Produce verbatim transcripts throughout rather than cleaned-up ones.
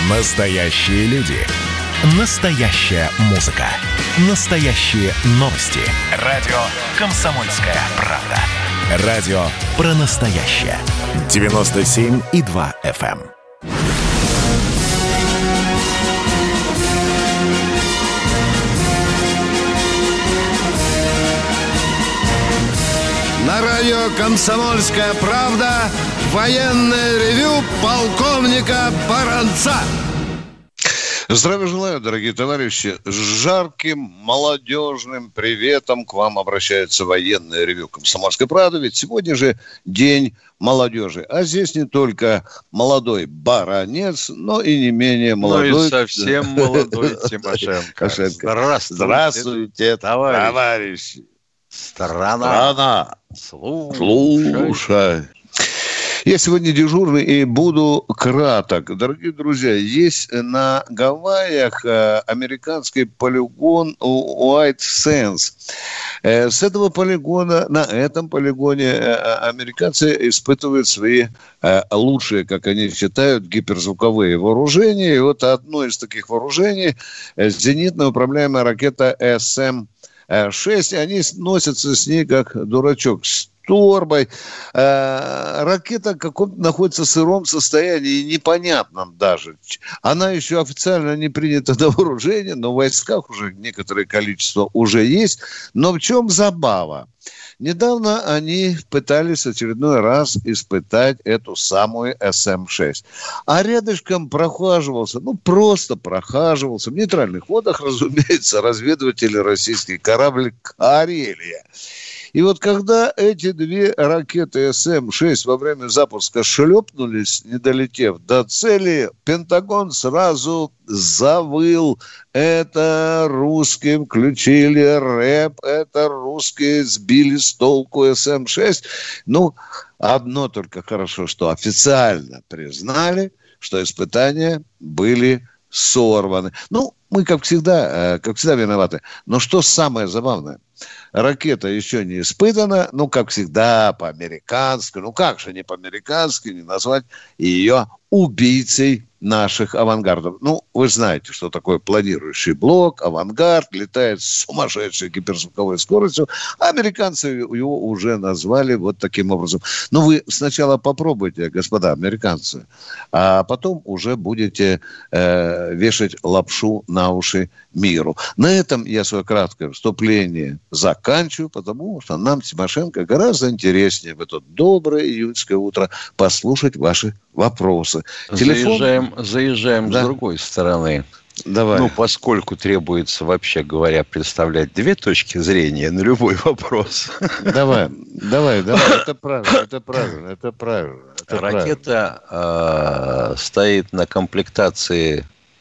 Настоящие люди. Настоящая музыка. Настоящие новости. Радио «Комсомольская правда». Радио про настоящее. девяносто семь и два эф эм. На радио «Комсомольская правда» военное ревю полковника Баранца. Здравия желаю, дорогие товарищи. С жарким молодежным приветом к вам обращается военное ревю «Комсомольской правды». Ведь сегодня же день молодежи. А здесь не только молодой Баранец, но и не менее молодой... Ну и совсем молодой Тимошенко. Здравствуйте, Здравствуйте товарищи. товарищи. Страна. Страна. Слушай. Слушай. Я сегодня дежурный и буду краток. Дорогие друзья, есть на Гавайях американский полигон White Sands. С этого полигона, на этом полигоне американцы испытывают свои лучшие, как они считают, гиперзвуковые вооружения. И вот одно из таких вооружений – зенитно-управляемая ракета эс эм шесть. Они носятся с ней как дурачок с торбой. Э, ракета каком-то находится в сыром состоянии, непонятном даже. Она еще официально не принята на вооружение, но в войсках уже некоторое количество уже есть. Но в чем забава? Недавно они пытались очередной раз испытать эту самую эс эм шесть. А рядышком прохаживался, ну просто прохаживался, в нейтральных водах, разумеется, разведыватель российский корабль «Карелия». И вот когда эти две ракеты эс эм шесть во время запуска шлепнулись, не долетев до цели, Пентагон сразу завыл. Это русские включили рэп, это русские сбили с толку эс эм шесть. Ну, одно только хорошо, что официально признали, что испытания были сорваны. Ну, мы, как всегда, как всегда виноваты. Но что самое забавное? Ракета еще не испытана, ну, как всегда, по-американски. Ну, как же не по-американски не назвать ее убийцей наших авангардов. Ну, вы знаете, что такое планирующий блок, авангард, летает с сумасшедшей гиперзвуковой скоростью. А американцы его уже назвали вот таким образом. Ну, вы сначала попробуйте, господа американцы, а потом уже будете э, вешать лапшу на уши миру. На этом я свое краткое вступление заканчиваю, потому что нам, Тимошенко, гораздо интереснее в это доброе июньское утро послушать ваши вопросы. Телефон... Заезжаем, заезжаем да. с другой стороны. Давай. Ну, поскольку требуется, вообще говоря, представлять две точки зрения на любой вопрос. Давай, давай, давай. Это правильно, это правильно, это правильно. Это Ракета правильно. Э, стоит на комплектации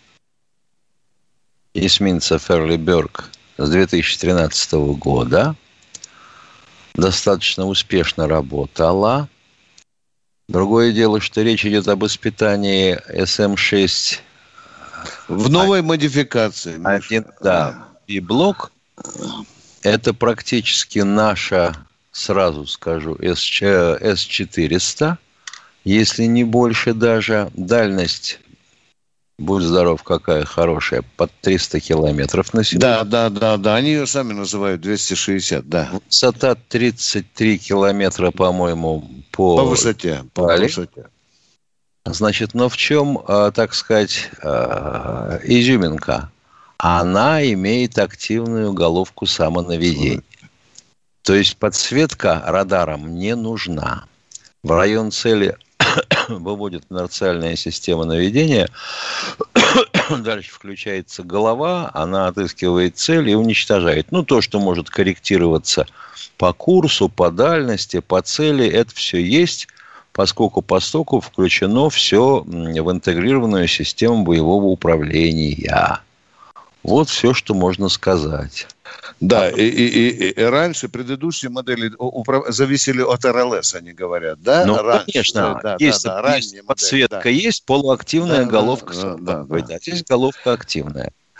эсминца Ферли Бёрк с две тысячи тринадцатого года. Достаточно успешно работала. Другое дело, что речь идет об испытании эс эм шесть в новой модификации. Один, да, B-блок. Это практически наша, сразу скажу, эс четыреста, если не больше даже. Дальность, будь здоров, какая хорошая, под триста километров на секунду. Да, да, да, да. Они ее сами называют двести шестьдесят, да. Высота тридцать три километра, по-моему, по, по высоте. По высоте. Значит, но в чем, так сказать, изюминка? Она имеет активную головку самонаведения. То есть подсветка радаром не нужна. В район цели выводит инерциальная система наведения. Дальше включается голова, она отыскивает цель и уничтожает. Ну, то, что может корректироваться по курсу, по дальности, по цели, это все есть, поскольку постоку включено все в интегрированную систему боевого управления. Вот все, что можно сказать. Да, и, и, и, и раньше предыдущие модели управ... зависели от эр эл эс, они говорят, да? Ну, раньше, конечно, да, есть, да, да, есть подсветка, да. есть полуактивная да, головка, да, да, да. есть головка активная.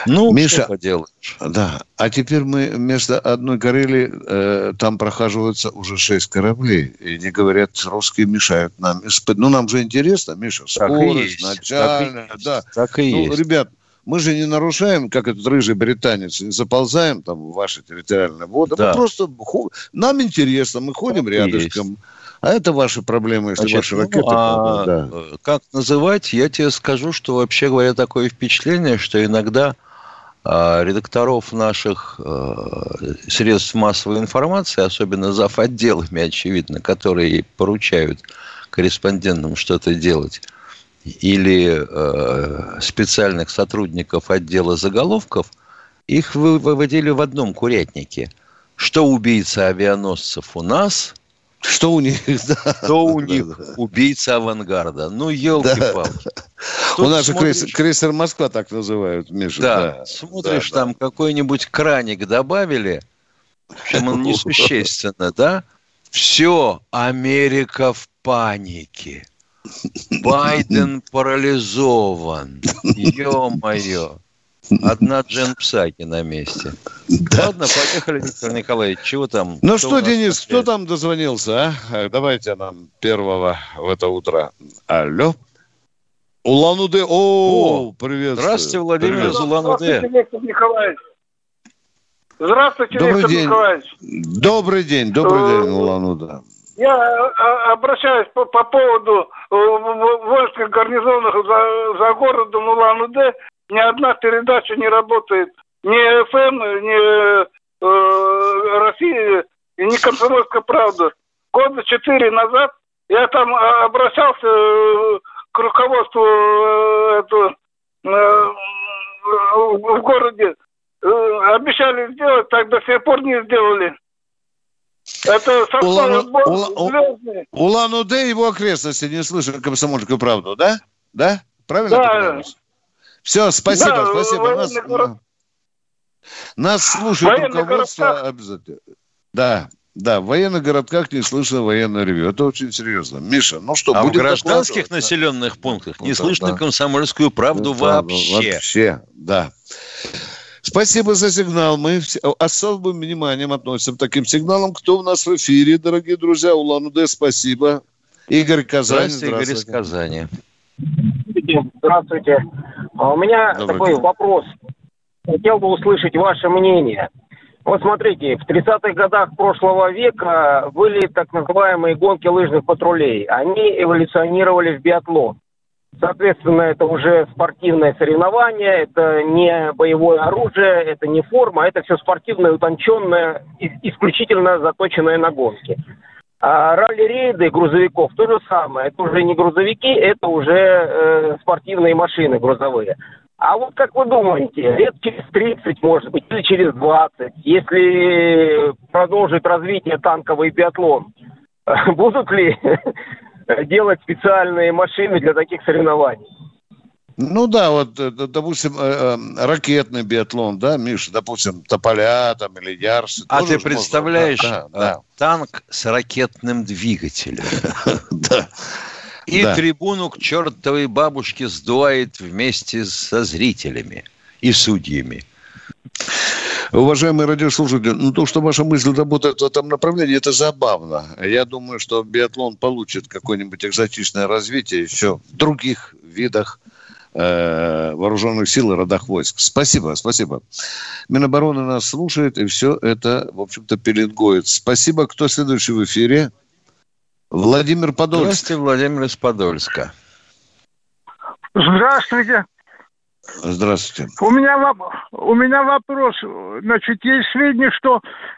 Ну, Миша, что поделаешь. Да, а теперь мы вместо одной Карелии, э, там прохаживаются уже шесть кораблей, и не говорят, русские мешают нам. Ну, нам же интересно, Миша, скорость, начальная, да. Так и ну, есть. Ребят, мы же не нарушаем, как этот рыжий британец, не заползаем там в ваши территориальные воды. Да. Мы просто, нам интересно, мы ходим так рядышком. Есть. А это ваши проблемы, если Значит, ваши ракеты... Ну, а да. Как называть? Я тебе скажу, что вообще говоря, такое впечатление, что иногда а, редакторов наших а, средств массовой информации, особенно зав. Отделами, очевидно, которые поручают корреспондентам что-то делать, или а, специальных сотрудников отдела заголовков, их выводили в одном курятнике. Что убийца авианосцев у нас... Что у них, да. Что у них да, да. убийца авангарда. Ну, елки-палки. Да. У нас же смотришь... крейсер, крейсер «Москва» так называют, Миша. Да, да. смотришь, да, там да. какой-нибудь краник добавили, причем он несущественно, да? Все, Америка в панике. Байден парализован. Ё-моё. Одна Джен Псаки на месте. Да. Ладно, поехали, Виктор Николаевич. Чего там? Ну что, Денис, кто там дозвонился, а? Давайте нам первого в это утро. Алло. Улан-Удэ. О, О, привет. Здравствуйте, Владимир привет. из Улан-Удэ. Здравствуйте, Виктор Николаевич. Здравствуйте, добрый Виктор день. Николаевич. Добрый день, добрый день, Улан-Удэ. Я обращаюсь по, по поводу воинских гарнизонов за, за городом Улан-Удэ. Ни одна передача не работает. Ни эф эм, ни э, Россия, ни «Комсомольская правда». Года четыре назад я там обращался к руководству э, это, э, в городе. Э, обещали сделать, так до сих пор не сделали. Это Улан-Удэ, Улан-Удэ и его окрестности не слышали «Комсомольскую правду», да? Да? Правильно? Да. Все, спасибо, да, спасибо. Нас, город... нас слушает военный руководство городках. Обязательно. Да, да, в военных городках не слышно военное ревью. Это очень серьезно. Миша, ну что, а будет в гражданских населенных пунктах не да, слышно да. «Комсомольскую правду» да, вообще. Вообще, да. Спасибо за сигнал. Мы особым вниманием относимся к таким сигналам. Кто у нас в эфире, дорогие друзья? Улан-Удэ, спасибо. Игорь Казань. Здравствуйте, Игорь из Казани. Здравствуйте. У меня Добрый такой день. вопрос. Хотел бы услышать ваше мнение. Вот смотрите, в тридцатых годах прошлого века были так называемые гонки лыжных патрулей. Они эволюционировали в биатлон. Соответственно, это уже спортивное соревнование, это не боевое оружие, это не форма, это все спортивное, утонченное, исключительно заточенное на гонки. А ралли-рейды грузовиков то же самое. Это уже не грузовики, это уже э, спортивные машины грузовые. А вот как вы думаете, лет через тридцать, может быть, или через двадцать, если продолжит развитие танковый биатлон, будут ли делать специальные машины для таких соревнований? Ну да, вот, допустим, ракетный биатлон, да, Миша, допустим, Тополя там или Ярсы. А ты представляешь да, да. танк с ракетным двигателем? Да. И трибуну к чертовой бабушке сдувает вместе со зрителями и судьями. Уважаемые радиослушатели, ну то, что ваша мысль работает в этом направлении, это забавно. Я думаю, что биатлон получит какое-нибудь экзотичное развитие еще в других видах вооруженных сил и родах войск. Спасибо, спасибо. Минобороны нас слушает, и все это, в общем-то, пеленгует. Спасибо. Кто следующий в эфире? Владимир Подольск. Здравствуйте, Владимир из Подольска. Здравствуйте. Здравствуйте. У меня, у меня вопрос. Значит, есть сведения, что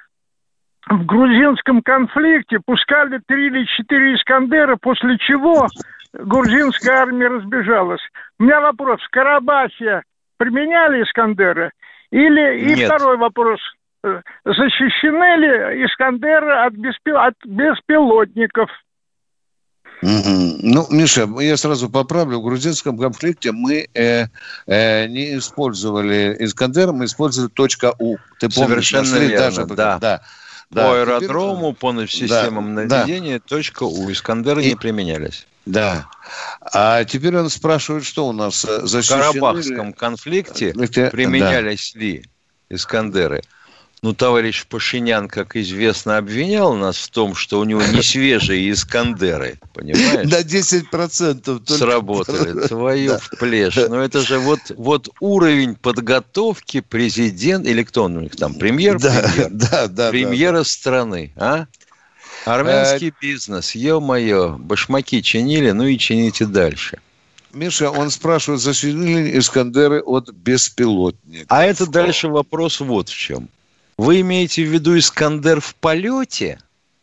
в грузинском конфликте пускали три или четыре «Искандера», после чего грузинская армия разбежалась. У меня вопрос. В Карабахе применяли «Искандеры»? Или, и Нет. второй вопрос. Защищены ли «Искандеры» от, беспил... от беспилотников? Mm-hmm. Ну, Миша, я сразу поправлю. В грузинском конфликте мы э, э, не использовали «Искандер», мы использовали «У». Ты помнишь? Совершенно верно, даже... да. да. По да, аэродрому, теперь... по системам да, наведения, да. «У». «Искандеры» и, не применялись. Да. А теперь он спрашивает, что у нас защищены... В Карабахском конфликте применялись да. ли «Искандеры»? Ну, товарищ Пашинян, как известно, обвинял нас в том, что у него не свежие «Искандеры», понимаешь? На десять процентов только... Сработали. Твою да. в плешь. Но это же вот, вот уровень подготовки президента, или кто он у них там, премьер, да, премьер, да, да, премьера да, страны, а? Армянский а... бизнес, ё-моё, башмаки чинили, ну и чините дальше. Миша, он спрашивает, защитили ли «Искандеры» от беспилотников? А это дальше вопрос вот в чем. Вы имеете в виду «Искандер» в полете?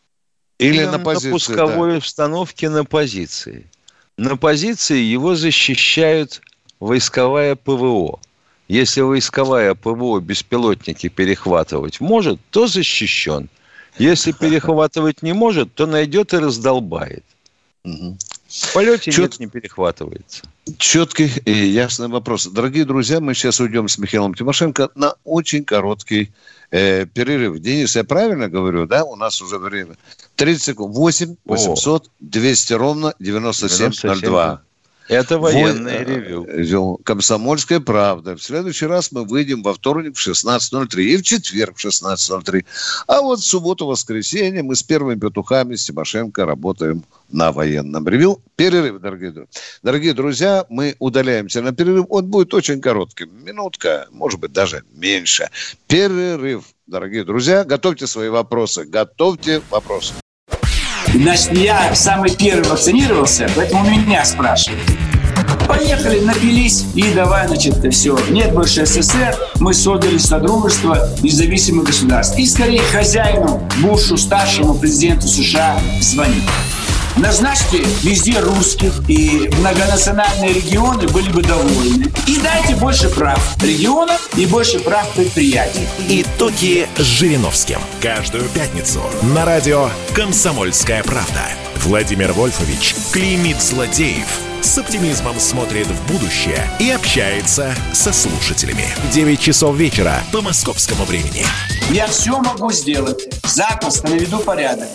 Или, или на, на позиции? На пусковой да. установке на позиции. На позиции его защищают войсковая ПВО. Если войсковая ПВО беспилотники перехватывать может, то защищен. Если перехватывать не может, то найдет и раздолбает. Угу. В полете Чет... нет, не перехватывается. Четкий и ясный вопрос. Дорогие друзья, мы сейчас уйдем с Михаилом Тимошенко на очень короткий э, перерыв. Денис, я правильно говорю, да? У нас уже время. тридцать секунд. восемь восемьсот двести ровно девяносто семь ноль два. Это военное ревью. «Комсомольская правда». В следующий раз мы выйдем во вторник в шестнадцать ноль три и в четверг в шестнадцать ноль три. А вот в субботу-воскресенье мы с первыми петухами с Тимошенко работаем на военном ревью. Перерыв, дорогие друзья. Дорогие друзья, мы удаляемся на перерыв. Он будет очень коротким. Минутка, может быть, даже меньше. Перерыв, дорогие друзья. Готовьте свои вопросы. Готовьте вопросы. Значит, я самый первый вакцинировался, поэтому меня спрашивают. Поехали, напились и давай, значит, все. Нет больше СССР, мы создали Содружество независимых государств. И скорее хозяину Бушу, старшему президенту США, звонить. Назначьте везде русских, и многонациональные регионы были бы довольны. И дайте больше прав регионам и больше прав предприятий. Итоги с Жириновским. Каждую пятницу на радио «Комсомольская правда». Владимир Вольфович клеймит злодеев, с оптимизмом смотрит в будущее и общается со слушателями. девять часов вечера по московскому времени. Я все могу сделать. Запросто наведу порядок.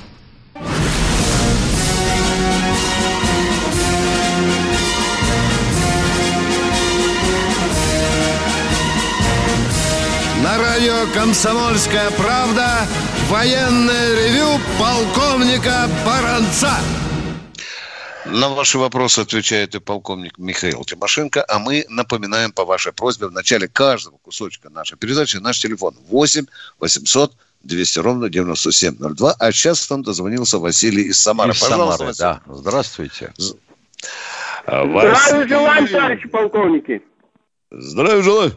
На радио «Комсомольская правда» военное ревю полковника Баранца. На ваши вопросы отвечает и полковник Михаил Тимошенко, а мы напоминаем по вашей просьбе в начале каждого кусочка нашей передачи наш телефон восемь восемьсот двести ровно девяносто семь ноль два. А сейчас там дозвонился Василий из Самары. Из Самары, да. Здравствуйте. А, Здравия желаю, товарищи полковники. Здравия желаю.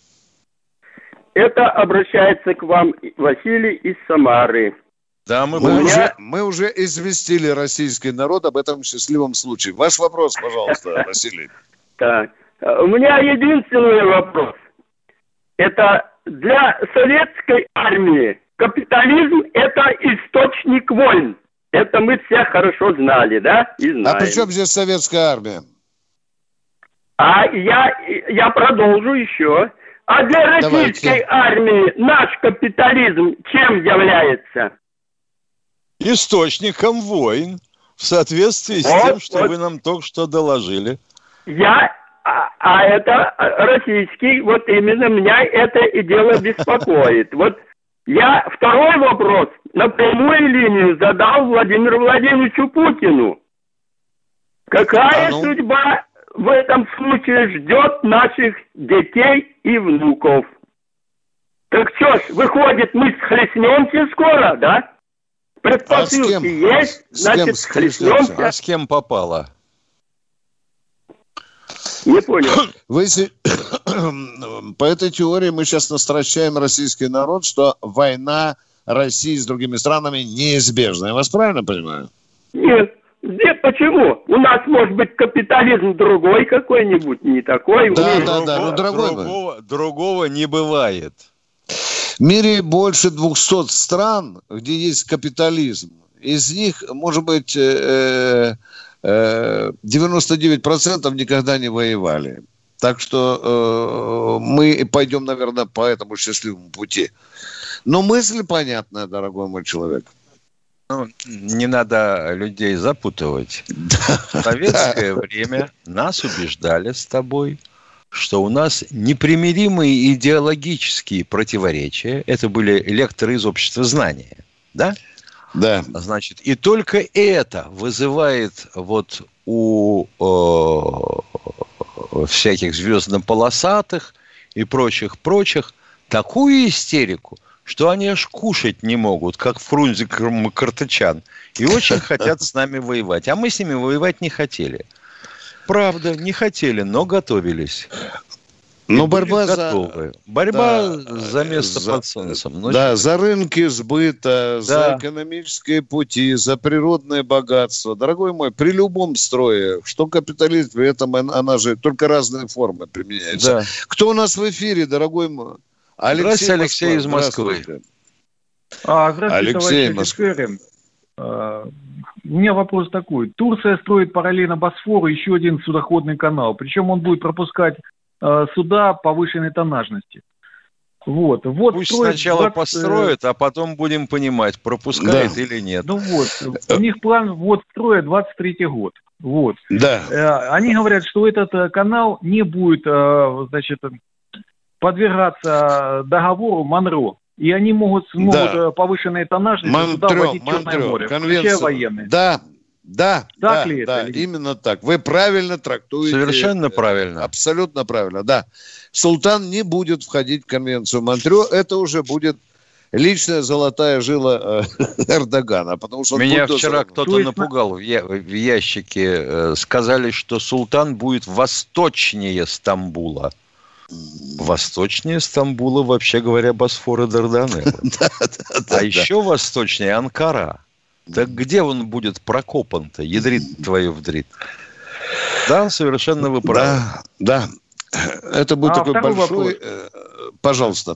Это обращается к вам Василий из Самары. Да, мы, мы, уже, мы уже известили российский народ об этом счастливом случае. Ваш вопрос, пожалуйста, Василий. Так, у меня единственный вопрос. Это для советской армии капитализм – это источник войн. Это мы все хорошо знали, да? И знаем. А при чем здесь советская армия? А я, я продолжу еще. А для российской Давайте. армии наш капитализм чем является? Источником войн, в соответствии вот, с тем, что вот. вы нам только что доложили. Я, а, а это российский, вот именно меня это и дело беспокоит. Вот я второй вопрос на прямую линию задал Владимиру Владимировичу Путину. Какая а ну? судьба в этом случае ждет наших детей и внуков? Так что ж, выходит, мы схлестнемся скоро, да? Предпосылки а есть, с значит, схлестнемся. А с кем попало? Не понял. Вы по этой теории мы сейчас настращаем российский народ, что война России с другими странами неизбежна. Я вас правильно понимаю? Нет. Нет, почему? У нас может быть капитализм другой какой-нибудь, не такой. Да, да, да, да, ну другой другого, другого не бывает. В мире больше двухсот стран, где есть капитализм. Из них, может быть, девяносто девять процентов никогда не воевали. Так что э, мы пойдем, наверное, по этому счастливому пути. Но мысль понятная, дорогой мой человек. Ну, не надо людей запутывать. В советское время нас убеждали с тобой, что у нас непримиримые идеологические противоречия. Это были лекторы из общества знания, да? Да. Значит, и только это вызывает вот у э, всяких звездно-полосатых и прочих-прочих такую истерику, что они аж кушать не могут, как Фрунзик Картычан, и очень хотят с нами воевать. А мы с ними воевать не хотели. Правда, не хотели, но готовились. Но борьба за... Борьба да, за место за, под солнцем. Но да, за рынки сбыта, да. За экономические пути, за природное богатство. Дорогой мой, при любом строе, что капитализм, при этом она же только разные формы применяется. Да. Кто у нас в эфире, дорогой мой? Алексей, здравствуйте, Алексей из Москвы. А, здравствуйте, товарищи офицеры. А, у меня вопрос такой. Турция строит параллельно Босфору еще один судоходный канал. Причем он будет пропускать а, суда повышенной тоннажности. Вот. Вот пусть сначала двадцать... построят, а потом будем понимать, пропускает да. или нет. Ну вот, у них план вот строя двадцать третий год. Вот. Да. Они говорят, что этот канал не будет, значит, подвергаться договору Монро. И они могут, смогут да. повышенной тоннажности сюда вводить Черное море, включая военные. Да, да, так да, ли да, это? Именно так. Вы правильно трактуете. Совершенно правильно. Абсолютно правильно, да. Султан не будет входить в конвенцию Монтрё, это уже будет личная золотая жила Эрдогана. Потому что меня вчера кто-то есть... напугал в, я... в ящике. Сказали, что султан будет восточнее Стамбула. Восточнее Стамбула, вообще говоря, Босфор и Дарданеллы. А еще восточнее Анкара. Так где он будет прокопан-то? Ядрит твою вдрит. Да, совершенно вы правы. Да, да. Это будет такой большой... Пожалуйста.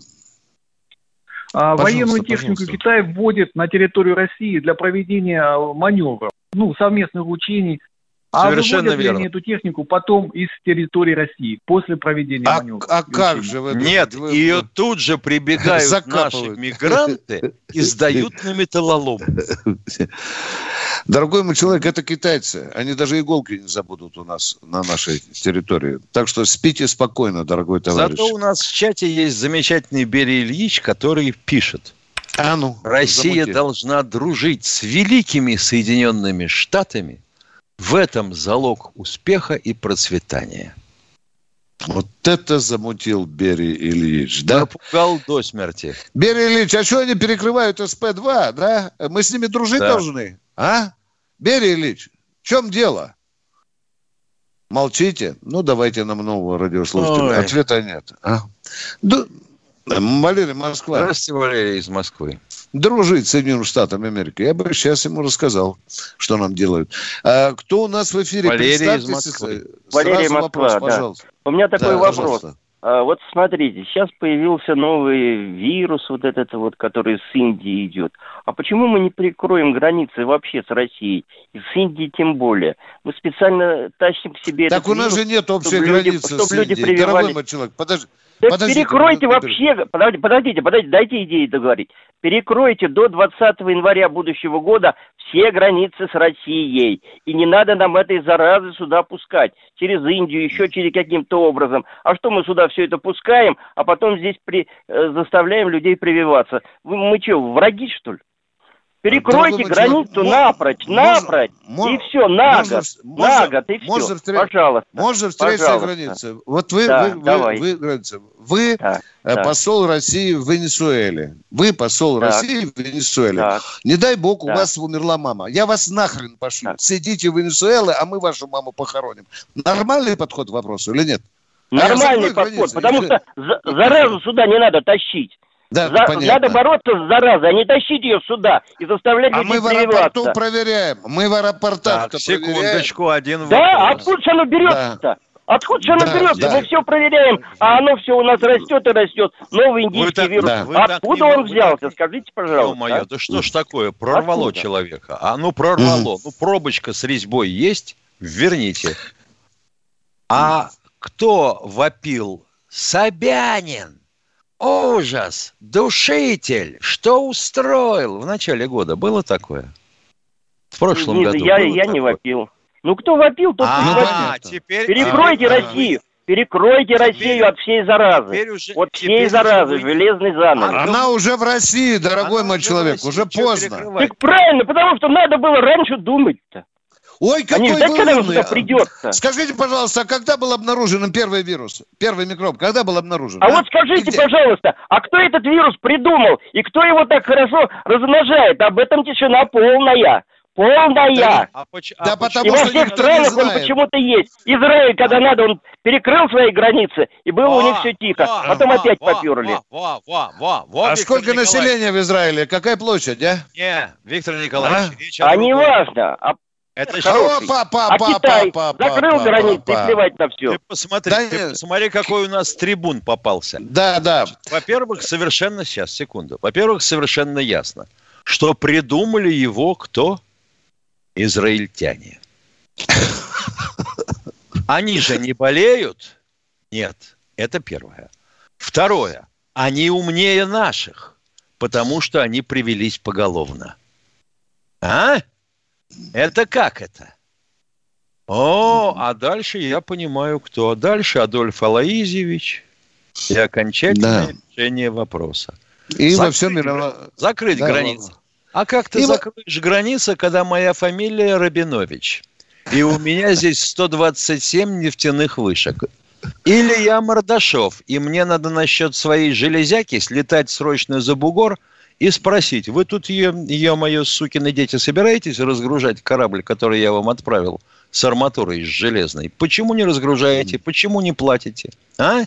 Военную технику Китай вводит на территорию России для проведения маневров, ну, совместных учений. А совершенно выводят ли верно. они эту технику потом из территории России после проведения а, маневров? А как же вы... Нет, вы... ее тут же прибегают наши мигранты и сдают на металлолом. Дорогой мой человек, это китайцы. Они даже иголки не забудут у нас на нашей территории. Так что спите спокойно, дорогой товарищ. Зато у нас в чате есть замечательный Берия Ильич, который пишет. А ну, Россия замути. должна дружить с великими Соединенными Штатами. В этом залог успеха и процветания. Вот это замутил Берия Ильич, да? Напугал до смерти. Берия Ильич, а что они перекрывают эс пэ два, да? Мы с ними дружить да. должны, а? Берия Ильич, в чем дело? Молчите? Ну, давайте нам нового радиослушателя. Ой. Ответа нет. А? Да. Валерий, Москва. Здравствуйте, Валерий из Москвы. Дружить с Соединенными Штатами Америки. Я бы сейчас ему рассказал, что нам делают. А кто у нас в эфире? Валерий из Москвы. Валерий, Москва, вопрос, да. Пожалуйста. У меня такой да, вопрос. Пожалуйста. А, вот смотрите, сейчас появился новый вирус, вот этот вот, который с Индии идет. А почему мы не прикроем границы вообще с Россией? И с Индией тем более. Мы специально тащим к себе так этот у нас вирус, же нет общей границы люди, с Индией. Прививали... Дорогой мой человек, подожди. Так подождите, перекройте подождите, вообще, подождите, подождите, подождите, дайте идеи договорить. Перекройте до двадцатого января будущего года все границы с Россией. И не надо нам этой заразы сюда пускать. Через Индию, еще через каким-то образом. А что мы сюда все это пускаем, а потом здесь при, э, заставляем людей прививаться? Вы, мы что, враги, что ли? Перекройте Дорогой границу человек, напрочь, можно, напрочь, можно, и все, на можно, год, можно, на год, и все, встр... пожалуйста. Можно встречная граница. Вот вы, да, вы, вы, вы, граница. вы да, посол да. России в Венесуэле. Вы посол так. России в Венесуэле. Так. Не дай бог, у так. вас умерла мама. Я вас нахрен пошлю. Так. Сидите в Венесуэле, а мы вашу маму похороним. Нормальный подход к вопросу или нет? Нормальный а подход, потому что заразу сюда не надо тащить. Да, За, надо бороться с заразой, а не тащить ее сюда и заставлять а людей прививаться. А мы в аэропорту проверяем. Мы в аэропортах так, секундочку, один вопрос. Да, откуда же оно берется-то? Да. Откуда же оно да, берется? Да. Мы все проверяем, а оно все у нас растет и растет. Новый индийский так, вирус. Да. Откуда он взялся? Скажите, пожалуйста. Ё-моё, а? Да что ж такое? Прорвало Откуда? Человека. А ну прорвало. Mm. Ну пробочка с резьбой есть? Верните. А кто вопил? Собянин. Ужас! Душитель! Что устроил? В начале года было такое? В прошлом не, году. Я, я не вопил. Ну, кто вопил, тот а, не вопил. Теперь... Перекройте а, Россию. Перекройте теперь, Россию от всей заразы. Уже, от всей заразы, вы... железный занавес. Она уже в России, дорогой Она мой человек, уже поздно. Так правильно, потому что надо было раньше думать-то. Ой, какой Они ждать, когда он сюда придет-то. Скажите, пожалуйста, а когда был обнаружен первый вирус? Первый микроб, когда был обнаружен? А, а? вот скажите, пожалуйста, а кто этот вирус придумал? И кто его так хорошо размножает? Об этом тишина полная. Полная. Да, а поч... да а потому и во всех странах он почему-то есть. Израиль, когда надо, он перекрыл свои границы, и было во, у них все тихо. Во, потом во, опять во, поперли. Во, во, во, во, а Виктор сколько Николаевич. Населения в Израиле? Какая площадь, а? Не, Виктор Николаевич, а, речь а не важно. А... Это а, па, па, а па, Китай па, па, закрыл па, границы па, па. И плевать на все. Ты посмотри, да, ты посмотри, какой у нас трибун попался. Да, да. Значит, во-первых, совершенно, сейчас, секунду. Во-первых, совершенно ясно, что придумали его кто? Израильтяне. Они же не болеют? Нет, это первое. Второе, они умнее наших, потому что они привились поголовно. А? Это как это? О, а дальше я понимаю, кто. Дальше Адольф Алаизьевич и окончательное да. решение вопроса. И закрыть, во всем мировом... Закрыть да, границы. А как ты и закроешь во... границы, когда моя фамилия Рабинович? И у меня здесь сто двадцать семь нефтяных вышек. Или я Мордашов, и мне надо насчет своей железяки слетать срочно за бугор и спросить, вы тут, е-мое, сукины дети, собираетесь разгружать корабль, который я вам отправил с арматурой с железной? Почему не разгружаете? Почему не платите? А?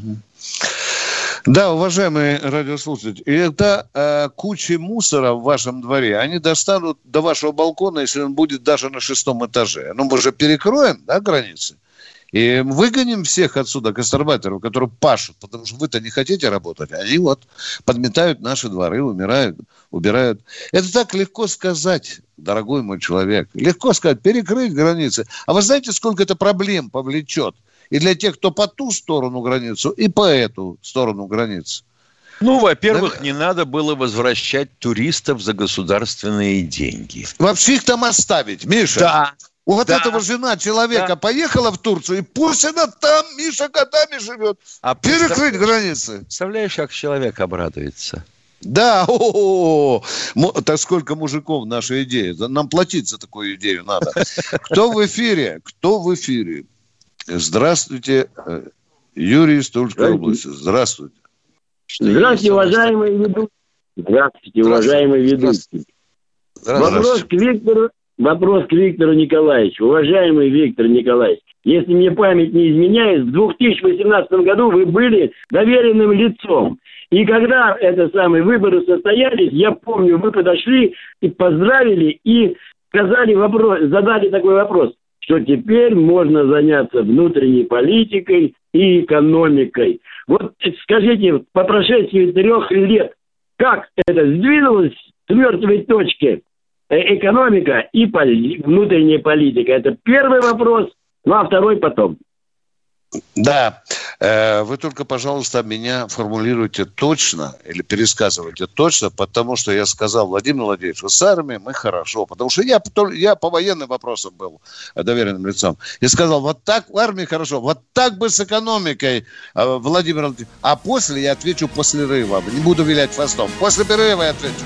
Да, уважаемые радиослушатели, это э, кучи мусора в вашем дворе, они достанут до вашего балкона, если он будет даже на шестом этаже. Ну, мы же перекроем, да, границы? И выгоним всех отсюда, гастарбайтеров, которые пашут, потому что вы-то не хотите работать. Они вот подметают наши дворы, умирают, убирают. Это так легко сказать, дорогой мой человек. Легко сказать, перекрыть границы. А вы знаете, сколько это проблем повлечет? И для тех, кто по ту сторону границу, и по эту сторону границы. Ну, во-первых, да. не надо было возвращать туристов за государственные деньги. Вообще их там оставить, Миша. Да. Вот да. этого жена человека да. поехала в Турцию, и пусть она там, Миша, годами живет. А перекрыть границы. Представляешь, как человек обрадуется? Да, о-о-о. Так сколько мужиков в нашей идее. Нам платить за такую идею надо. Кто в эфире? Кто в эфире? Здравствуйте, Юрий из Тульской области. Здравствуйте. Здравствуйте, уважаемые ведущие. Здравствуйте, уважаемые ведущие. Вопрос к Виктору. Вопрос к Виктору Николаевичу. Уважаемый Виктор Николаевич, если мне память не изменяет, в две тысячи восемнадцатом году вы были доверенным лицом. И когда это самые выборы состоялись, я помню, вы подошли и поздравили, и сказали вопрос, задали такой вопрос, что теперь можно заняться внутренней политикой и экономикой. Вот скажите, по прошествии трех лет, как это сдвинулось с мертвой точки? Экономика и поли- внутренняя политика. Это первый вопрос, ну а второй потом. Да. Э, вы только, пожалуйста, меня формулируйте точно или пересказывайте точно, потому что я сказал, Владимир Владимирович, с армией мы хорошо, потому что я, я по военным вопросам был доверенным лицом. Я сказал, вот так в армии хорошо, вот так бы с экономикой, Владимир Владимирович. А после я отвечу после перерыва. Не буду вилять хвостом. После перерыва я отвечу.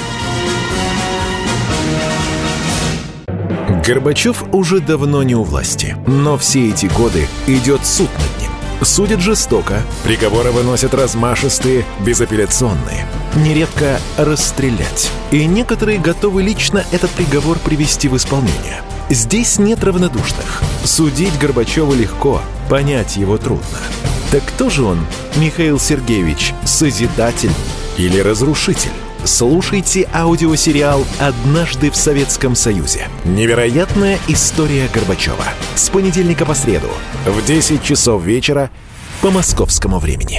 Горбачев уже давно не у власти, но все эти годы идет суд над ним. Судят жестоко, приговоры выносят размашистые, безапелляционные, нередко расстрелять. И некоторые готовы лично этот приговор привести в исполнение. Здесь нет равнодушных. Судить Горбачева легко, понять его трудно. Так кто же он, Михаил Сергеевич, созидатель или разрушитель? Слушайте аудиосериал «Однажды в Советском Союзе». Невероятная история Горбачева. С понедельника по среду в десять часов вечера по московскому времени.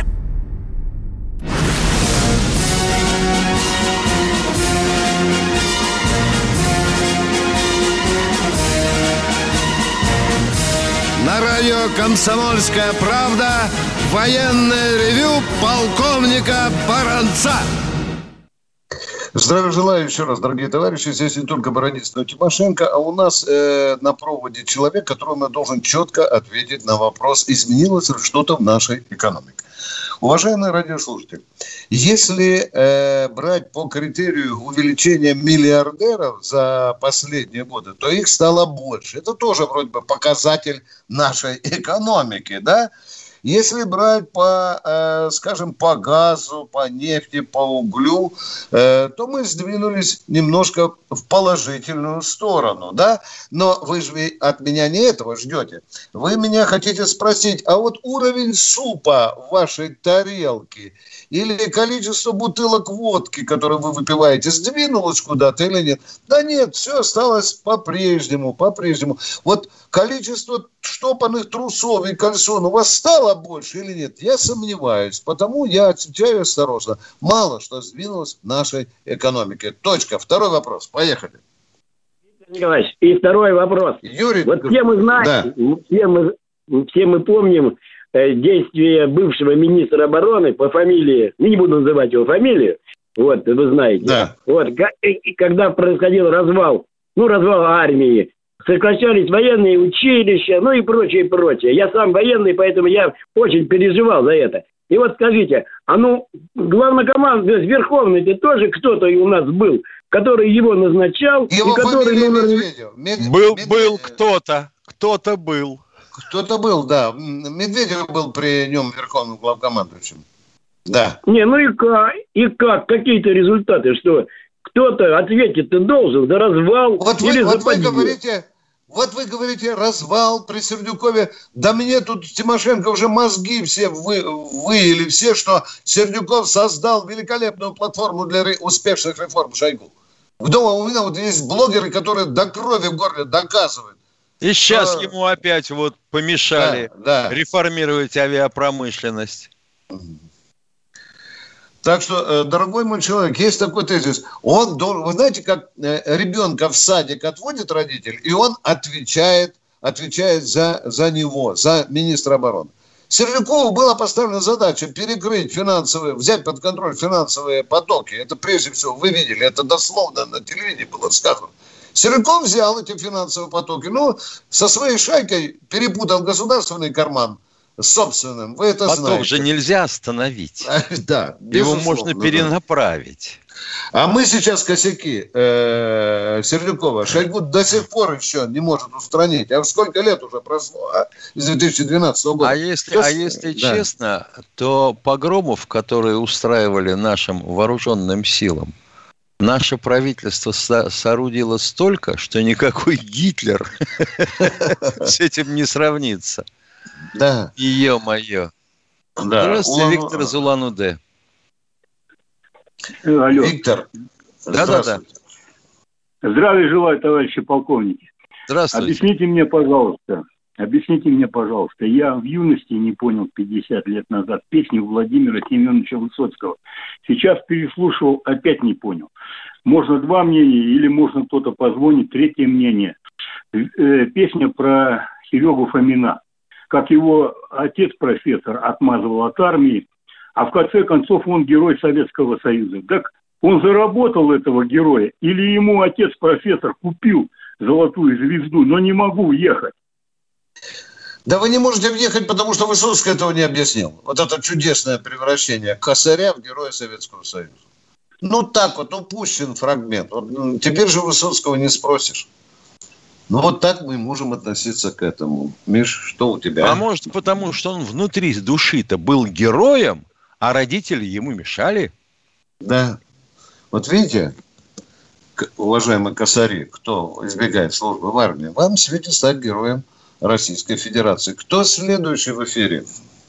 На радио «Комсомольская правда» военное ревю полковника Баранца. Здравия желаю еще раз, дорогие товарищи. Здесь не только Бородис, но и Тимошенко. А у нас э, на проводе человек, которому я должен четко ответить на вопрос, изменилось ли что-то в нашей экономике. Уважаемые радиослушатели, если э, брать по критерию увеличения миллиардеров за последние годы, то их стало больше. Это тоже вроде бы показатель нашей экономики, да? Если брать по, э, скажем, по газу, по нефти, по углю, э, то мы сдвинулись немножко в положительную сторону, да? Но вы же от меня не этого ждете. Вы меня хотите спросить, а вот уровень супа в вашей тарелке или количество бутылок водки, которые вы выпиваете, сдвинулось куда-то или нет? Да нет, все осталось по-прежнему, по-прежнему. Вот количество штопанных трусов и кальсон у вас стало больше или нет? Я сомневаюсь, потому я отвечаю осторожно. Мало что сдвинулось в нашей экономике. Точка. Второй вопрос. Поехали. Николаевич, и второй вопрос. Юрий, вот все мы знаем, да. все, мы, все мы помним э, действия бывшего министра обороны по фамилии, не буду называть его фамилию, вот, вы знаете. Да. Вот, и, когда происходил развал, ну, развал армии, сокращались военные училища, ну и прочее, прочее. Я сам военный, поэтому я очень переживал за это. И вот скажите, а ну, главнокомандующий Верховный-то тоже кто-то у нас был, который его назначал, его и который... Ну, Медведев. Мед... Был, Медведев. был кто-то, кто-то был. Кто-то был, да. Медведев был при нем верховным главкомандующим. Да. Не, ну и как? И как? Какие-то результаты, что кто-то ответить-то должен за развал вот или вы, за вот вы подъем. говорите... Вот вы говорите, развал при Сердюкове. Да мне тут Тимошенко уже мозги все вы, выели, все, что Сердюков создал великолепную платформу для успешных реформ Шойгу. Дома у меня вот есть блогеры, которые до крови в горле доказывают. И сейчас что... ему опять вот помешали да, да. реформировать авиапромышленность. Так что, дорогой мой человек, есть такой тезис. Он должен, вы знаете, как ребенка в садик отводит родитель, и он отвечает, отвечает за, за него, за министра обороны. Сердюкову была поставлена задача перекрыть финансовые, взять под контроль финансовые потоки. Это прежде всего, вы видели, это дословно на телевидении было сказано. Сердюков взял эти финансовые потоки, ну, со своей шайкой перепутал государственный карман с собственным. Вы это Поток знаете. же нельзя остановить. Да, его можно перенаправить. А мы сейчас косяки э, Сердюкова Шойгу до сих пор еще не может устранить. А сколько лет уже прошло, а? С две тысячи двенадцатого года. А если, а если да. честно, то погромов, которые устраивали нашим вооруженным силам, наше правительство со- соорудило столько, что никакой Гитлер с этим не сравнится. Да. Ё-моё. Да. Здравствуйте, Виктор из Улан-Удэ. Алло. Виктор. Да-да-да. Здравия желаю, товарищи полковники. Здравствуйте. Объясните мне, пожалуйста, объясните мне, пожалуйста, я в юности не понял пятьдесят лет назад песню Владимира Семеновича Высоцкого. Сейчас переслушивал, опять не понял. Можно два мнения или можно кто-то позвонить, третье мнение. Э, песня про Серегу Фомина. Как его отец-профессор отмазывал от армии, а в конце концов он герой Советского Союза. Так он заработал этого героя, или ему отец-профессор купил золотую звезду, но не могу уехать. Да вы не можете въехать, потому что Высоцкий этого не объяснил. Вот это чудесное превращение косаря в героя Советского Союза. Ну так вот, упущен фрагмент. Вот, теперь же Высоцкого не спросишь. Ну, вот так мы можем относиться к этому. Миш, что у тебя? А может, потому что он внутри души-то был героем, а родители ему мешали? Да. Вот видите, уважаемые косари, кто избегает службы в армии, вам светит стать героем Российской Федерации. Кто следующий в эфире?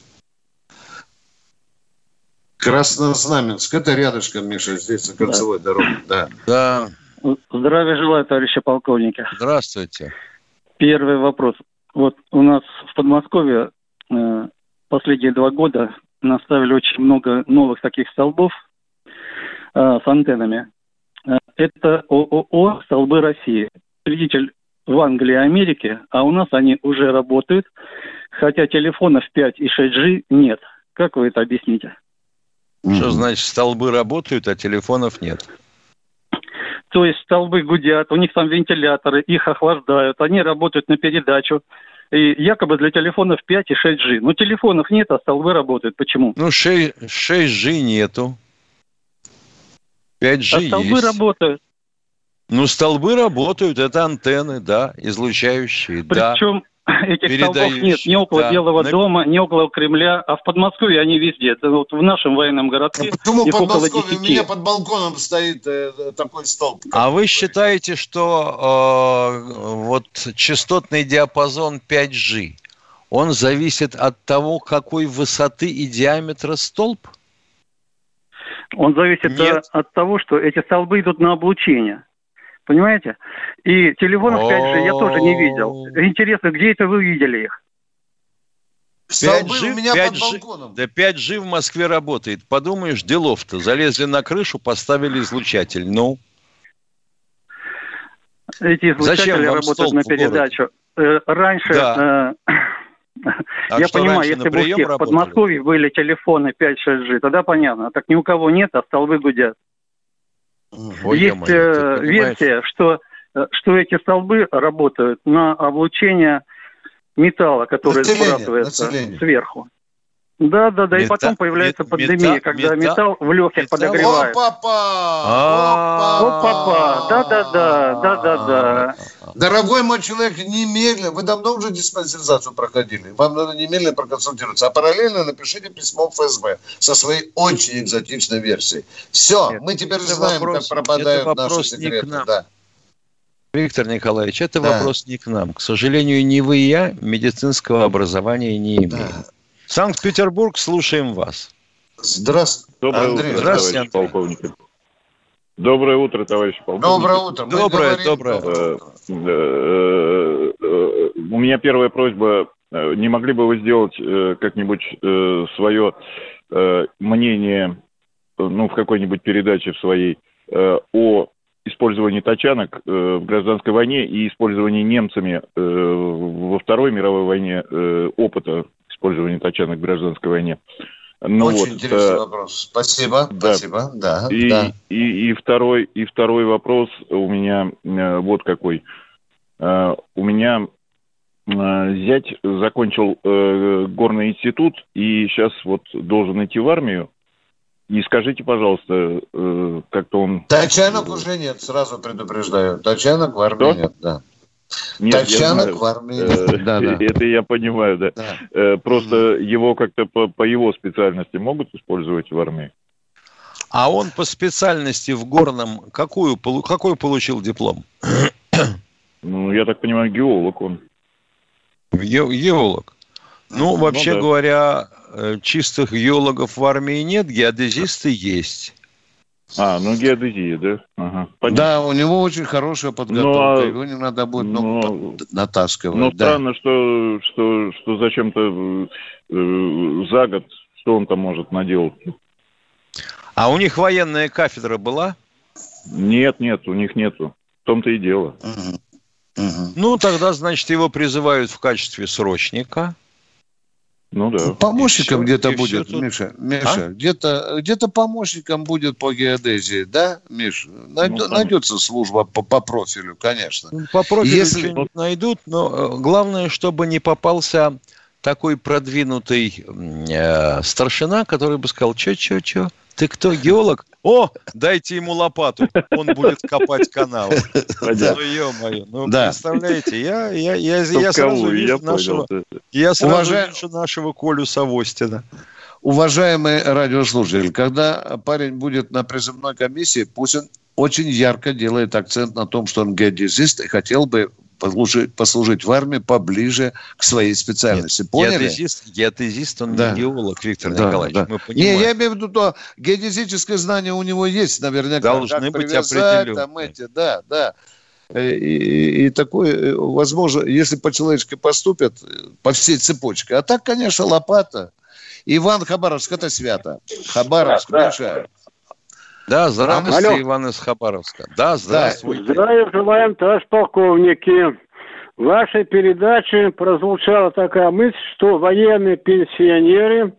Краснознаменск. Это рядышком, Миша, здесь на кольцевой да. дороге. Да. Да. Здравия желаю, товарищи полковники. Здравствуйте. Первый вопрос. Вот у нас в Подмосковье э, последние два года наставили очень много новых таких столбов э, с антеннами. Э, это ООО «Столбы России». Свидетель в Англии и Америке, а у нас они уже работают, хотя телефонов пять и шесть джи нет. Как вы это объясните? Mm-hmm. Что значит, столбы работают, а телефонов нет? То есть столбы гудят, у них там вентиляторы, их охлаждают, они работают на передачу. И якобы для телефонов пять и шесть джи. Но телефонов нет, а столбы работают. Почему? Ну, шесть джи нету. пять джи а столбы есть. работают. Ну, столбы работают, это антенны, да, излучающие, Причем да. этих столбов нет ни около да. Белого На... дома, ни около Кремля, а в Подмосковье они везде. Это вот в нашем военном городке. А почему в Подмосковье? У меня под балконом стоит э, такой столб. А вы считаете, что э, вот частотный диапазон пять джи, он зависит от того, какой высоты и диаметра столб? Он зависит от, от того, что эти столбы идут на облучение. Понимаете? И телефонов пять джи я тоже не видел. Интересно, где это вы видели их? Столбы у меня под балконом. Да пять джи в Москве работает. Подумаешь, делов-то. Залезли на крышу, поставили излучатель. Ну? Эти излучатели работают на передачу. Раньше... Да. А я понимаю, если бы у всех в Подмосковье были телефоны пять-шесть джи, тогда понятно. А так ни у кого нет, а столбы гудят. Ой, есть мой, э, версия, что, что эти столбы работают на облучение металла, который сбрасывается сверху. Да, да, да, Мета... и потом появляется мет... пандемия, мета... когда мета... металл в легких металл... подогревает. О-папа! О-папа! Да-да-да, да-да-да. Дорогой мой человек, немедленно, вы давно уже диспансеризацию проходили, вам надо немедленно проконсультироваться, а параллельно напишите письмо в эф эс бэ со своей очень экзотичной версией. Все, Нет, мы теперь знаем, вопрос, как пропадают наши секреты. Да. Виктор Николаевич, это да. вопрос не к нам. К сожалению, ни вы и я медицинского образования не имеем. Да. Санкт-Петербург, слушаем вас. Здравствуйте, Доброе Андрей. утро, товарищ полковник. Доброе утро, товарищ полковник. Доброе утро. Мы доброе, говорим... доброе. У меня первая просьба. Не могли бы вы сделать как-нибудь свое мнение, ну, в какой-нибудь передаче в своей, о использовании тачанок в гражданской войне и использовании немцами во Второй мировой войне опыта использования тачанок в гражданской войне. Ну, Очень вот, интересный э, вопрос. Спасибо. Да. Спасибо. Да, и, да. И, и, второй, и второй вопрос у меня э, вот какой. Э, у меня э, зять закончил э, горный институт и сейчас вот должен идти в армию. И скажите, пожалуйста, э, как-то он... Тачанок уже нет, сразу предупреждаю. Тачанок в армии Что? нет, да. Нет, Тачанок в армии. Э, да, да. Это я понимаю, да. да. Э, просто mm-hmm. его как-то по, по его специальности могут использовать в армии? А он по специальности в горном какую, какой получил диплом? Ну, я так понимаю, геолог он. Ге- геолог. Ну, вообще ну, да. говоря, чистых геологов в армии нет, геодезисты есть. А, ну геодезия, да? Ага, да, у него очень хорошая подготовка, но, его не надо будет но, натаскивать. Но да. странно, что, что, что зачем-то э, за год, что он там может наделать. А у них военная кафедра была? Нет, нет, у них нету. В том-то и дело. Угу. Угу. Ну, тогда, значит, его призывают в качестве срочника. Ну да. Помощником где-то будет, тут... Миша. Миша, а? где-то, где-то помощником будет по геодезии, да, Миша? Найд... Ну, найдется служба по, по профилю, конечно. По профилю Если... что-нибудь найдут, но главное, чтобы не попался такой продвинутый э, старшина, который бы сказал: че-че-че, ты кто, геолог? О, дайте ему лопату, он будет копать канал. Ну, ё-моё, ну, да. Представляете, я, я, я, я сразу вижу нашего, я сразу Уважай... вижу нашего Колю Савостина. Уважаемый радиослушатель, когда парень будет на призывной комиссии, пусть он очень ярко делает акцент на том, что он геодезист и хотел бы послужить, послужить в армии поближе к своей специальности. Нет, поняли? Геодезист, геодезист, он да. не геолог, Виктор да, Николаевич. Да. Мы не, я имею в виду, то геодезическое знание у него есть, наверняка. Должны как быть определенные. Там эти, да, да. И, и, и такое, возможно, если по-человечески поступят, по всей цепочке. А так, конечно, лопата. Иван, Хабаровск, это свято. Хабаровск, да, Миша. Да, здравствуйте, Алло. Иван из Хабаровска. Да, здравствуйте. Здравия желаем, товарищ полковники. В вашей передаче прозвучала такая мысль, что военные пенсионеры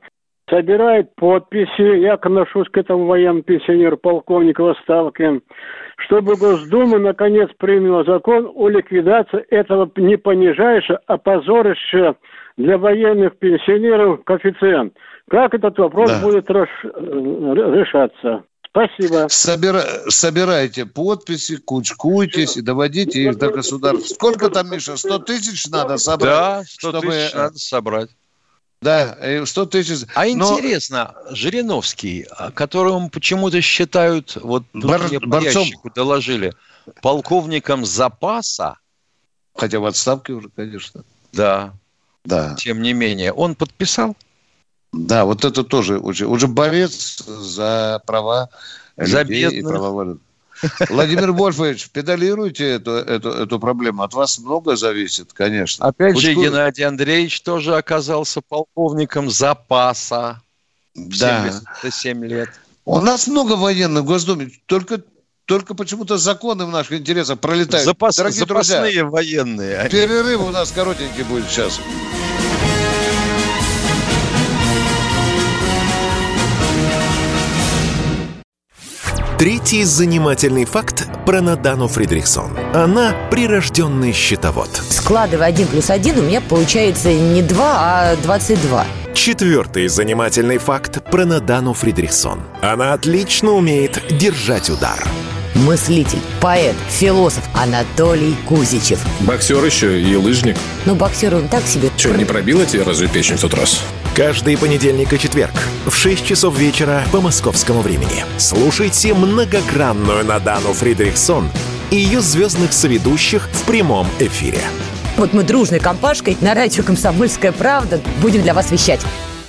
собирает подписи, я отношусь к этому военному пенсионеру, полковнику в отставке, чтобы Госдума наконец приняла закон о ликвидации этого не понижающего, а позорища для военных пенсионеров коэффициент. Как этот вопрос да. будет реш... решаться? Спасибо. Собира... Собирайте подписи, кучкуйтесь и доводите их до государства. Сколько там, Миша, сто тысяч надо собрать? Да, сто чтобы... тысяч надо собрать. Да, сто тысяч. А Но... интересно, Жириновский, которого почему-то считают, вот тут Бар... мне по ящику доложили, полковником запаса. Хотя в отставке уже, конечно. Да. Да. Тем не менее, он подписал? Да, вот это тоже уже, уже борец за права за людей бедных. И права. Владимир Вольфович, педалируйте эту, эту, эту проблему. От вас много зависит, конечно. Опять Пусть же, куда... Геннадий Андреевич тоже оказался полковником запаса в да. семьдесят семь лет. У нас много военных в Госдуме, только, только почему-то законы в наших интересах пролетают. Запас, Дорогие запасные друзья, военные. Перерыв у нас коротенький будет сейчас. Третий занимательный факт про Надану Фридрихсон. Она прирожденный счетовод. Складывая один плюс один, у меня получается не два, а двадцать два. Четвертый занимательный факт про Надану Фридрихсон. Она отлично умеет держать удар. Мыслитель, поэт, философ Анатолий Кузичев. Боксер еще и лыжник. Ну, боксер он так себе. Че, не пробила тебе разве печень в тот раз? Каждый понедельник и четверг в шесть часов вечера по московскому времени. Слушайте многогранную Надану Фридрихсон и ее звездных соведущих в прямом эфире. Вот мы дружной компашкой на радио «Комсомольская правда» будем для вас вещать.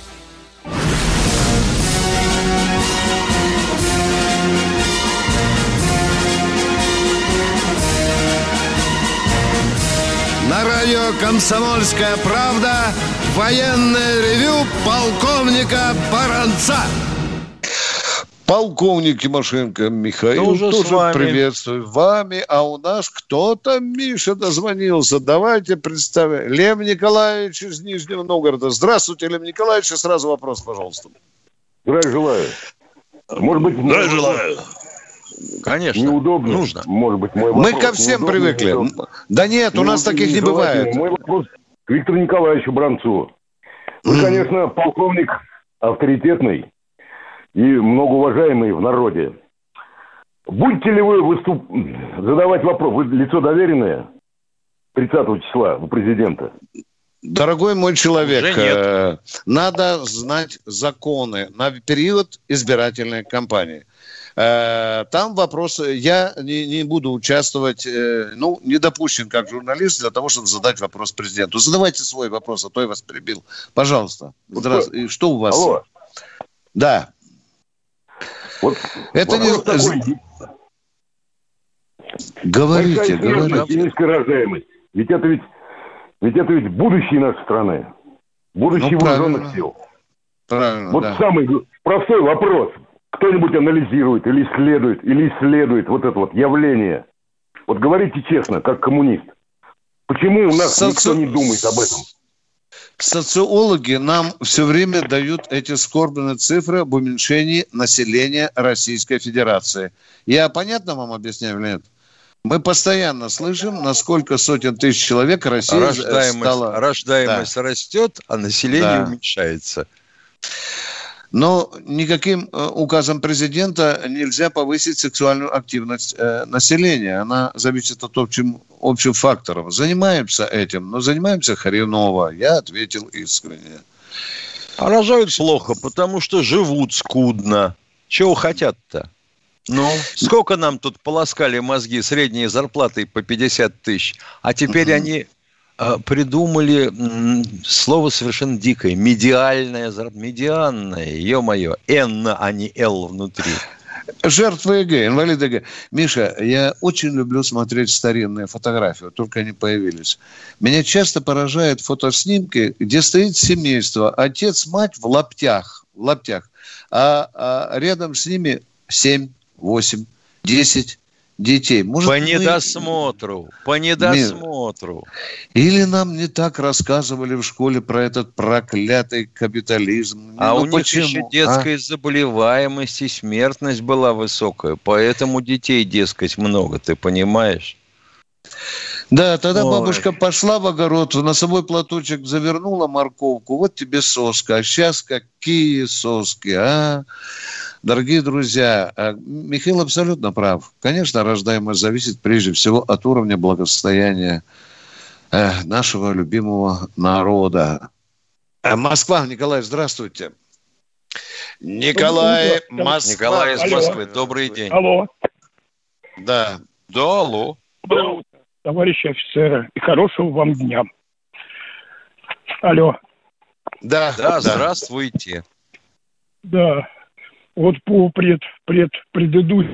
На радио «Комсомольская правда» военное ревю полковника Баранца. Полковник Тимошенко Михаил тоже, тоже приветствую вами. А у нас кто-то, Миша, дозвонился. Давайте представим. Лев Николаевич из Нижнего Новгорода. Здравствуйте, Лев Николаевич. И сразу вопрос, пожалуйста. Здравия желаю. Может быть, Здравия желаю. Конечно. Неудобно. Нужно. Может быть, мой вопрос. Мы ко всем привыкли. Но... Да нет, у нас таких не бывает. Мой вопрос к Виктору Николаевичу Бранцу. Вы, mm. конечно, полковник авторитетный и многоуважаемый в народе. Будете ли вы выступ... задавать вопрос? Вы лицо доверенное тридцатого числа у президента? Дорогой мой человек, надо знать законы на период избирательной кампании. Там вопрос, я не, не буду участвовать, ну, не допущен как журналист для того, чтобы задать вопрос президенту. Задавайте свой вопрос, а то я вас перебил. Пожалуйста. Здравствуйте. Что у вас? Алло. Да. Вот это не... Такой... Говорите, говорите. И низкая рождаемость. Ведь это ведь, ведь это ведь будущее нашей страны. Будущее ну, вооруженных сил. Правильно, вот да. Самый простой вопрос. Кто-нибудь анализирует или исследует, или исследует вот это вот явление. Вот говорите честно, как коммунист. Почему у нас Соци... никто не думает об этом? Социологи нам все время дают эти скорбные цифры об уменьшении населения Российской Федерации. Я понятно вам объясняю или нет? Мы постоянно слышим, насколько сотен тысяч человек Россия рождаемость, стала... Рождаемость да. растет, а население да. уменьшается. Но никаким э, указом президента нельзя повысить сексуальную активность э, населения. Она зависит от общим, общих факторов. Занимаемся этим, но занимаемся хреново. Я ответил искренне. А рожают плохо, потому что живут скудно. Чего хотят-то? Ну, сколько нам тут полоскали мозги средней зарплатой по пятьдесят тысяч, а теперь uh-huh. они... придумали слово совершенно дикое. Медиальная зарплата. Медианная, ё-моё. Н, а не Л внутри. Жертвы ЭГ, инвалиды ЭГ. Миша, я очень люблю смотреть старинные фотографии. Вот только они появились. Меня часто поражают фотоснимки, где стоит семейство. Отец, мать в лаптях. В лаптях. А, а рядом с ними семь, восемь, десять детей. Может, по мы... недосмотру, по недосмотру. Или нам не так рассказывали в школе про этот проклятый капитализм. А ну, у почему? них еще детская а? заболеваемость и смертность была высокая, поэтому детей, дескать, много, ты понимаешь? Да, тогда Ой. бабушка пошла в огород, в носовой платочек завернула морковку, вот тебе соска. А сейчас какие соски, а? Дорогие друзья, Михаил абсолютно прав. Конечно, рождаемость зависит прежде всего от уровня благосостояния нашего любимого народа. Москва, Николай, здравствуйте. Николай, Москва. Николай из Москвы, добрый день. Алло. Да. Да, алло. Доброе утро, товарищи офицеры, и хорошего вам дня. Алло. Да, да, да. Здравствуйте. Да, вот по пред, пред, предыдущему.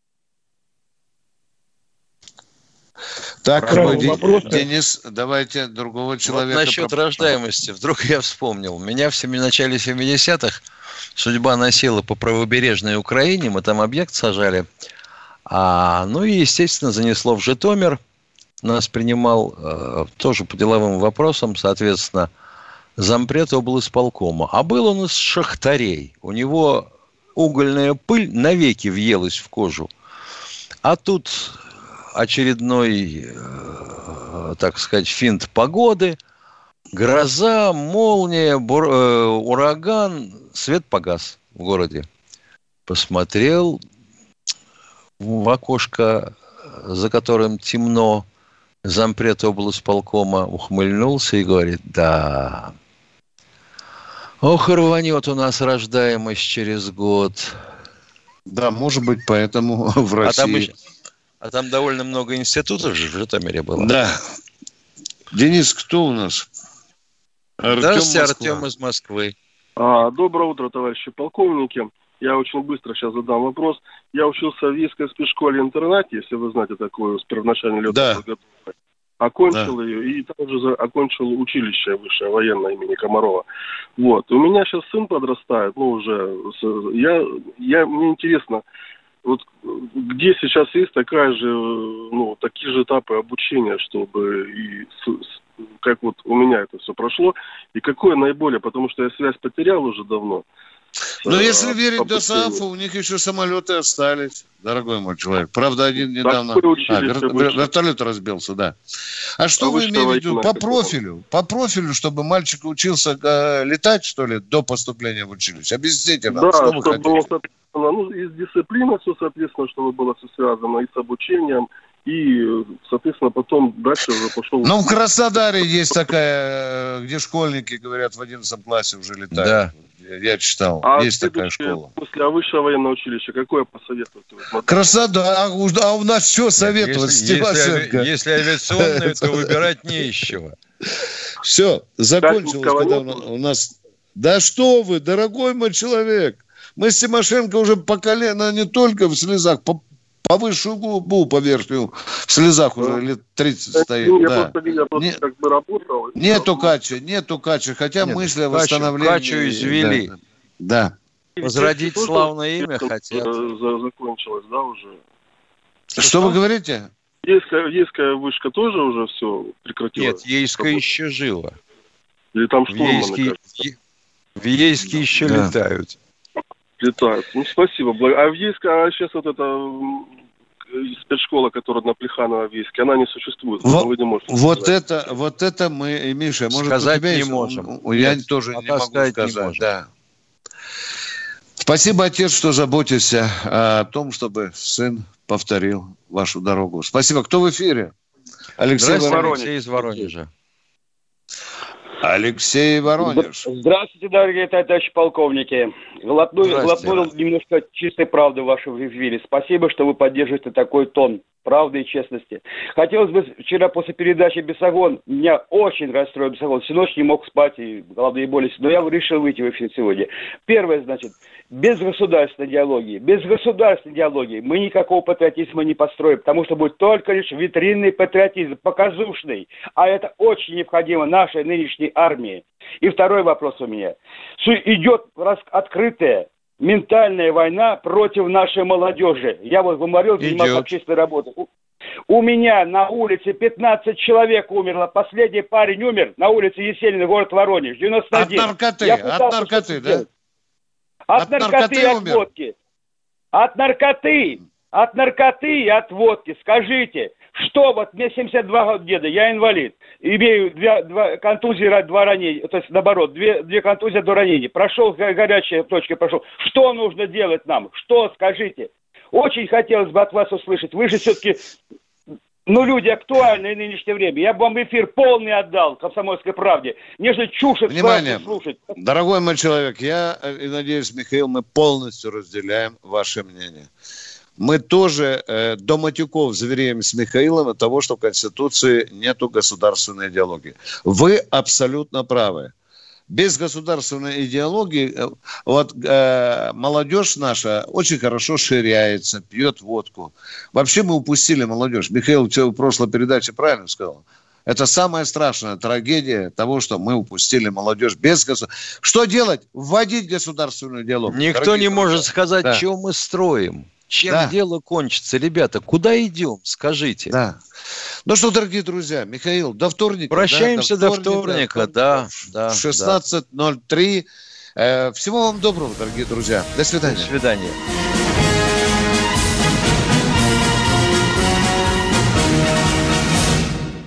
Так, Денис, давайте другого человека. Вот насчет рождаемости. Вдруг я вспомнил. Меня в начале семидесятых судьба носила по правобережной Украине. Мы там объект сажали. А, ну и, естественно, занесло в Житомир. Нас принимал э, тоже по деловым вопросам, соответственно, зампред облисполкома. А был он из шахтарей. У него угольная пыль навеки въелась в кожу. А тут очередной, э, так сказать, финт погоды. Гроза, молния, бур, э, ураган. Свет погас в городе. Посмотрел в окошко, за которым темно, зампред облисполкома ухмыльнулся и говорит: да, ох, рванет у нас рождаемость через год. Да, может быть, поэтому в России... А там, еще, а там довольно много институтов же в Житомире было. Да. Денис, кто у нас? Артем Здравствуйте, Москва. Артем из Москвы. А, доброе утро, товарищи полковники. Я очень быстро сейчас задам вопрос. Я учился в Ейской спецшколе-интернате, если вы знаете такую, с первоначальной летной да. подготовкой. Окончил да. ее и также окончил училище высшее военное имени Комарова. Вот. У меня сейчас сын подрастает, ну уже, я, я, мне интересно, вот где сейчас есть такая же, ну, такие же этапы обучения, чтобы и как вот у меня это все прошло, и какое наиболее, потому что я связь потерял уже давно. Но если верить ДОСААФу, у них еще самолеты остались, дорогой мой человек. Правда, один недавно... А, вер... вертолет разбился, да. А что а вы имеете в виду? По профилю? По профилю, чтобы мальчик учился э, летать, что ли, до поступления в училище? Объясните нам, да, что вы чтобы хотите? было, соответственно, ну, и с дисциплиной все, соответственно, чтобы было все связано, и с обучением, и, соответственно, потом дальше уже пошел... Ну, в Краснодаре есть такая, где школьники, говорят, в одиннадцатом классе уже летают. Да. Я читал, а есть такая школа. После высшее военное училище, какое посоветуете? Красота, а, а у нас что советовать, если, если, если авиационное, то выбирать не из чего. Все, закончилось, когда у нас... Да что вы, дорогой мой человек, мы с Тимошенко уже по колено не только в слезах, по, по высшую губу, по верхнюю, в слезах уже лет тридцать стоит. Ну, да. Я просто, я просто Не, как бы работал. Нету Кача, нету Кача, хотя Нет, мысли о восстановлении... Качу извели. Да. да. Возродить славное имя хотят. Закончилось, да, уже? Что, Что вы говорите? Ейская, Ейская вышка тоже уже все прекратила? Нет, Ейская еще жила. Или там штурманы, В Ейске еще да. летают. Летают. Ну, спасибо. А в Ейске, а сейчас вот эта спецшкола, которая на Плеханова в Ейске, она не существует. Вот, вы не можете вот это, вот это мы, Миша, может, сказать у тебя не есть? можем. Я Нет, тоже не могу сказать. сказать. Да. Спасибо, отец, что заботишься о том, чтобы сын повторил вашу дорогу. Спасибо. Кто в эфире? Алексей Воронеж. Алексей из Воронежа. Алексей Воронеж. Здравствуйте, дорогие товарищи полковники. Глотнул, глотнул немножко чистой правды в вашем эфире. Спасибо, что вы поддерживаете такой тон правды и честности. Хотелось бы, вчера после передачи «Бесогон», меня очень расстроил «Бесогон». Всю ночь не мог спать, и головные боли. Но я решил выйти в эфир сегодня. Первое, значит, без государственной идеологии. Без государственной идеологии мы никакого патриотизма не построим, потому что будет только лишь витринный патриотизм, показушный. А это очень необходимо нашей нынешней армии. И второй вопрос у меня. Идет открытая ментальная война против нашей молодежи. Я вот говорил, занимался общественной работой. У, у меня на улице пятнадцать человек умерло. Последний парень умер на улице Есенина, город Воронеж, девяносто один. От наркоты, от наркоты, да? От, от наркоты, наркоты и от умер. водки. От наркоты, от наркоты и от водки. Скажите, что вот мне семьдесят два года деда, я инвалид, имею две, два контузии, два ранения, то есть наоборот, две, две контузии до ранений. Прошел, горячая точка прошел. Что нужно делать нам? Что, скажите? Очень хотелось бы от вас услышать. Вы же все-таки, ну, люди актуальные в нынешнее время. Я бы вам эфир полный отдал, «Комсомольской правде», нежели чушь Внимание, слушать. Дорогой мой человек, я и надеюсь, Михаил, мы полностью разделяем ваше мнение. Мы тоже э, до матюков заверяем с Михаилом от того, что в Конституции нету государственной идеологии. Вы абсолютно правы. Без государственной идеологии э, вот э, молодежь наша очень хорошо ширяется, пьет водку. Вообще мы упустили молодежь. Михаил в прошлой передаче правильно сказал. Это самая страшная трагедия того, что мы упустили молодежь без государства. Что делать? Вводить государственную идеологию. Никто Дорогие не друзья. может сказать, да. что мы строим. Чем да. дело кончится? Ребята, куда идем? Скажите. Да. Ну что, дорогие друзья, Михаил, до вторника. Прощаемся да, до, вторника, до вторника, да. да в шестнадцать ноль три. Да. Всего вам доброго, дорогие друзья. До свидания. До свидания.